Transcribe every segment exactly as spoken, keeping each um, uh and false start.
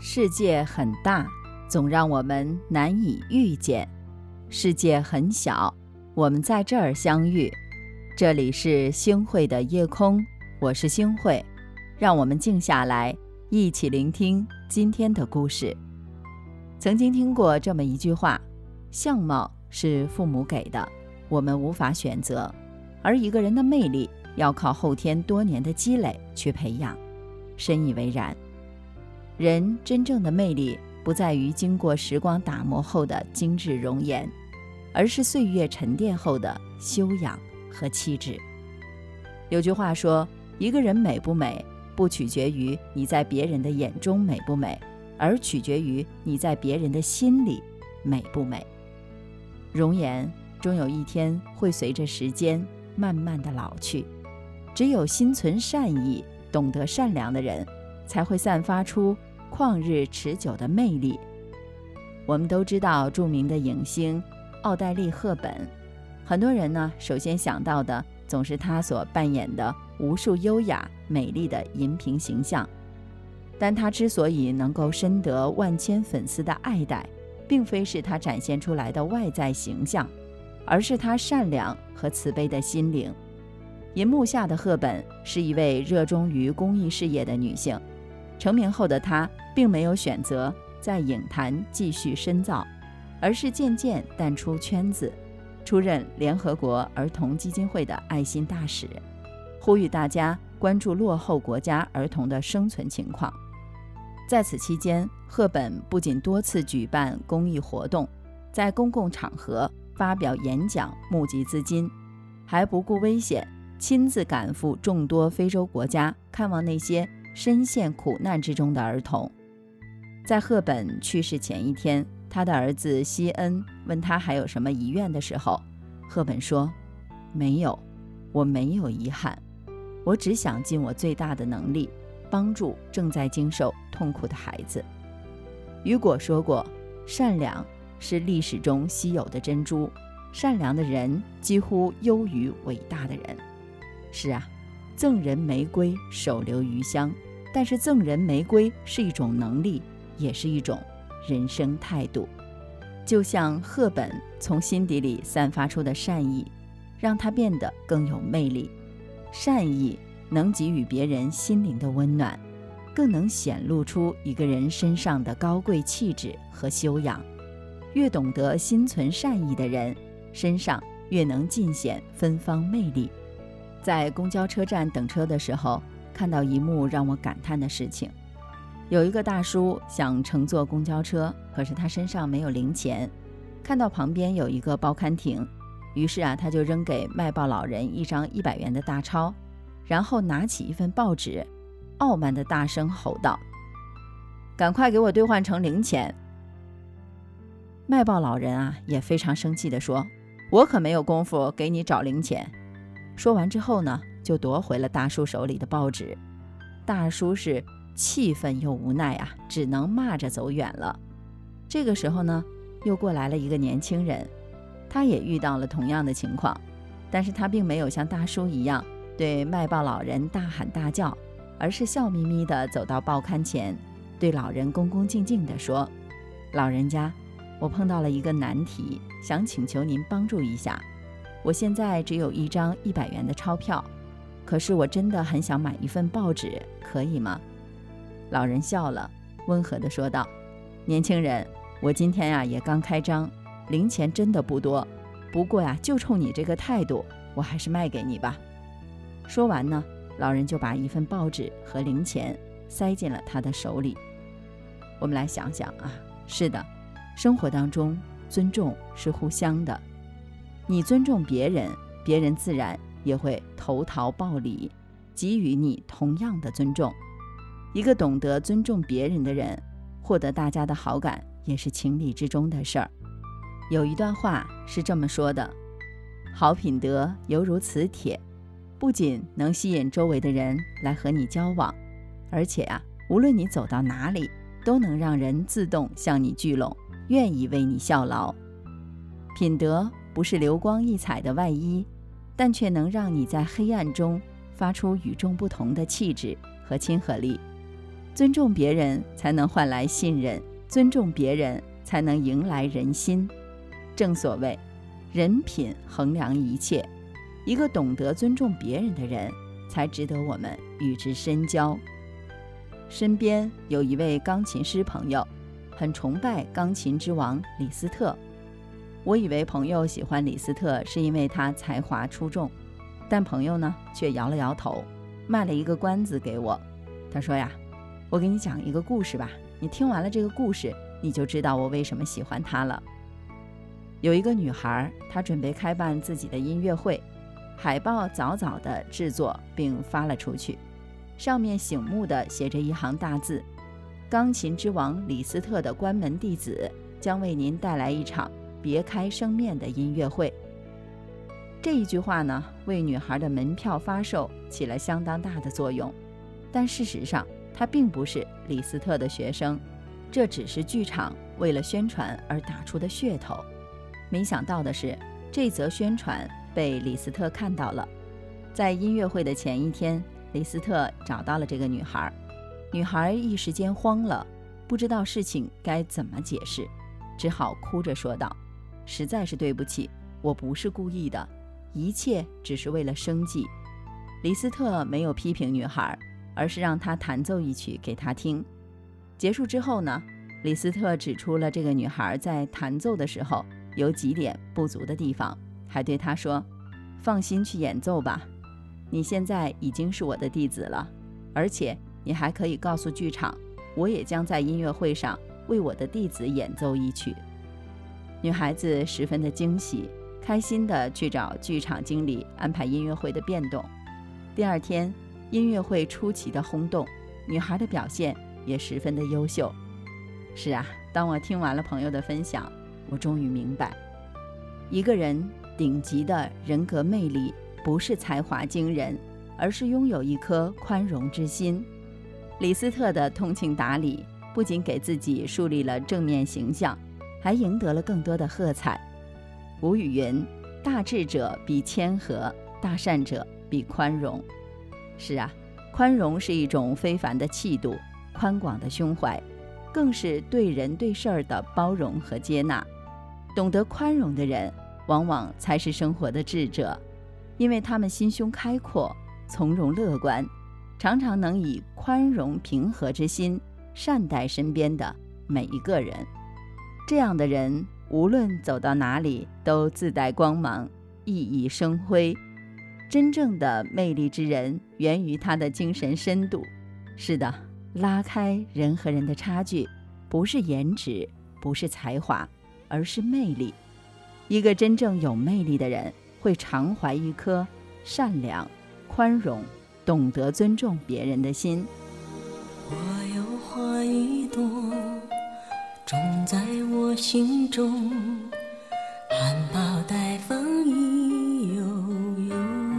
世界很大，总让我们难以遇见；世界很小，我们在这儿相遇。这里是星汇的夜空，我是星汇，让我们静下来，一起聆听今天的故事。曾经听过这么一句话，相貌是父母给的，我们无法选择，而一个人的魅力要靠后天多年的积累去培养。深以为然。人真正的魅力不在于经过时光打磨后的精致容颜，而是岁月沉淀后的修养和气质。有句话说，一个人美不美，不取决于你在别人的眼中美不美，而取决于你在别人的心里美不美。容颜终有一天会随着时间慢慢的老去，只有心存善意，懂得善良的人，才会散发出旷日持久的魅力。我们都知道著名的影星奥黛丽·赫本，很多人呢首先想到的总是她所扮演的无数优雅美丽的银屏形象。但她之所以能够深得万千粉丝的爱戴，并非是她展现出来的外在形象，而是她善良和慈悲的心灵。银幕下的赫本是一位热衷于公益事业的女性，成名后的她并没有选择在影坛继续深造，而是渐渐淡出圈子，出任联合国儿童基金会的爱心大使，呼吁大家关注落后国家儿童的生存情况。在此期间，赫本不仅多次举办公益活动，在公共场合发表演讲募集资金，还不顾危险亲自赶赴众多非洲国家，看望那些深陷苦难之中的儿童。在赫本去世前一天，他的儿子希恩问他还有什么遗愿的时候，赫本说，没有，我没有遗憾，我只想尽我最大的能力帮助正在经受痛苦的孩子。雨果说过，善良是历史中稀有的珍珠，善良的人几乎优于伟大的人。是啊，赠人玫瑰手留余香，但是赠人玫瑰是一种能力，也是一种人生态度。就像赫本从心底里散发出的善意，让它变得更有魅力。善意能给予别人心灵的温暖，更能显露出一个人身上的高贵气质和修养。越懂得心存善意的人，身上越能尽显芬芳魅力。在公交车站等车的时候，看到一幕让我感叹的事情。有一个大叔想乘坐公交车，可是他身上没有零钱，看到旁边有一个报刊亭，于是啊，他就扔给卖报老人一张一百元的大钞，然后拿起一份报纸，傲慢地大声吼道，赶快给我兑换成零钱。卖报老人啊也非常生气地说，我可没有功夫给你找零钱。说完之后呢，就夺回了大叔手里的报纸。大叔是气愤又无奈啊，只能骂着走远了。这个时候呢，又过来了一个年轻人，他也遇到了同样的情况，但是他并没有像大叔一样对卖报老人大喊大叫，而是笑眯眯地走到报刊前，对老人恭恭敬敬地说，老人家，我碰到了一个难题，想请求您帮助一下。我现在只有一张一百元的钞票，可是我真的很想买一份报纸，可以吗？老人笑了，温和地说道，年轻人，我今天呀、啊、也刚开张，零钱真的不多，不过呀、啊、就冲你这个态度，我还是卖给你吧。说完呢，老人就把一份报纸和零钱塞进了他的手里。我们来想想啊，是的，生活当中尊重是互相的，你尊重别人，别人自然也会投桃报李，给予你同样的尊重。一个懂得尊重别人的人，获得大家的好感也是情理之中的事儿。有一段话是这么说的，好品德犹如磁铁，不仅能吸引周围的人来和你交往，而且啊，无论你走到哪里，都能让人自动向你聚拢，愿意为你效劳。品德不是流光溢彩的外衣，但却能让你在黑暗中发出与众不同的气质和亲和力。 尊重别人才能换来信任，尊重别人才能迎来人心。正所谓人品衡量一切，一个懂得尊重别人的人才值得我们与之深交。身边有一位钢琴师朋友，很崇拜钢琴之王李斯特。我以为朋友喜欢李斯特是因为他才华出众，但朋友呢却摇了摇头，卖了一个关子给我。他说呀，我给你讲一个故事吧，你听完了这个故事，你就知道我为什么喜欢他了。有一个女孩，她准备开办自己的音乐会，海报早早的制作并发了出去，上面醒目的写着一行大字：钢琴之王李斯特的关门弟子将为您带来一场别开生面的音乐会。这一句话呢，为女孩的门票发售起了相当大的作用，但事实上她并不是李斯特的学生，这只是剧场为了宣传而打出的噱头。没想到的是，这则宣传被李斯特看到了。在音乐会的前一天，李斯特找到了这个女孩，女孩一时间慌了，不知道事情该怎么解释，只好哭着说道：实在是对不起，我不是故意的，一切只是为了生计。李斯特没有批评女孩，而是让她弹奏一曲给她听。结束之后呢，李斯特指出了这个女孩在弹奏的时候有几点不足的地方，还对她说：放心去演奏吧，你现在已经是我的弟子了，而且你还可以告诉剧场，我也将在音乐会上为我的弟子演奏一曲。女孩子十分的惊喜，开心地去找剧场经理安排音乐会的变动。第二天，音乐会出奇的轰动，女孩的表现也十分的优秀。是啊，当我听完了朋友的分享，我终于明白，一个人顶级的人格魅力不是才华惊人，而是拥有一颗宽容之心。李斯特的通情达理不仅给自己树立了正面形象，还赢得了更多的喝彩。古语云：大智者必谦和，大善者必宽容。是啊，宽容是一种非凡的气度，宽广的胸怀，更是对人对事儿的包容和接纳。懂得宽容的人，往往才是生活的智者，因为他们心胸开阔，从容乐观，常常能以宽容平和之心善待身边的每一个人。这样的人无论走到哪里都自带光芒，熠熠生辉。真正的魅力之人源于他的精神深度。是的，拉开人和人的差距，不是颜值，不是才华，而是魅力。一个真正有魅力的人，会常怀一颗善良、宽容、懂得尊重别人的心。 我有花一朵，种在我心中，含苞待放意悠悠，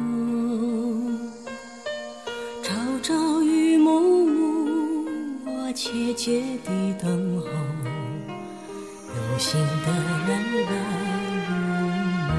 朝朝与暮暮，我切切地等候，有心的人来入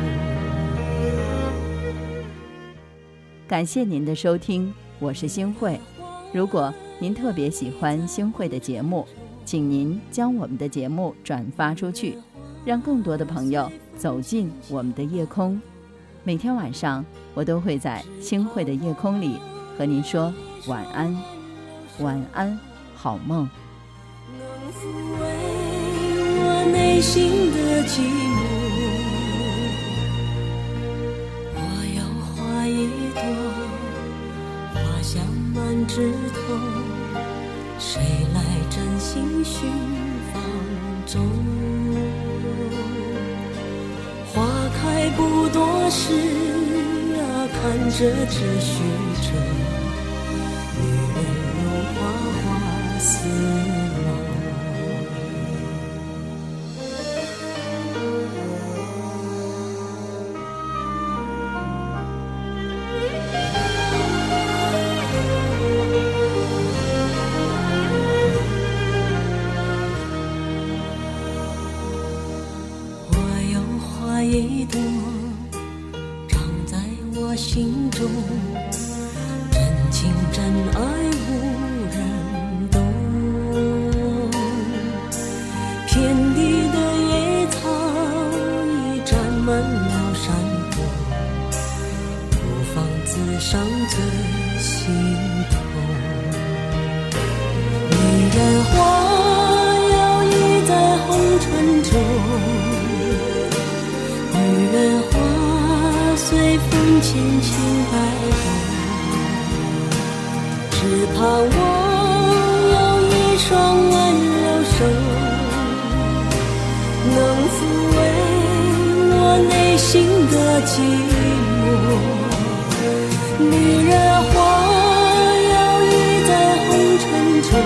梦。 感谢您的收听，我是星慧。如果您特别喜欢星慧的节目，请您将我们的节目转发出去，让更多的朋友走进我们的夜空。每天晚上，我都会在星慧的夜空里和您说晚安，晚安，好梦。 能抚慰我内心的寂寞，我有花一朵，花香满枝头，谁来真心寻芳踪？花开不多时啊，看着只须着，女人如花花似梦。一朵长在我心中，真情真爱无人思上最心痛。女人花摇曳在红尘中，女人花随风轻轻摆动，只盼望有一双温柔手能抚慰我内心的寂寞。女人花摇曳在红尘中，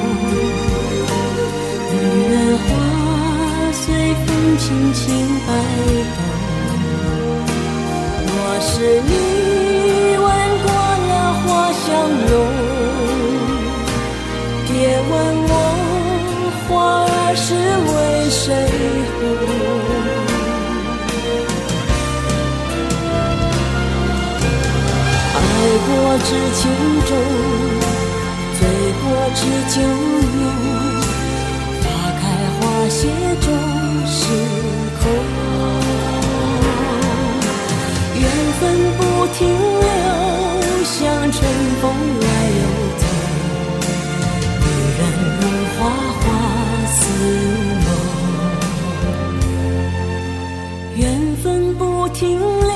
女人花随风轻轻摆动。若是你闻过了花香浓，别问我花儿是为谁红。爱过知情重，醉过知酒浓，花开花谢终是空。缘分不停留，像春风来又走，女人如花，花似梦。缘分不停留，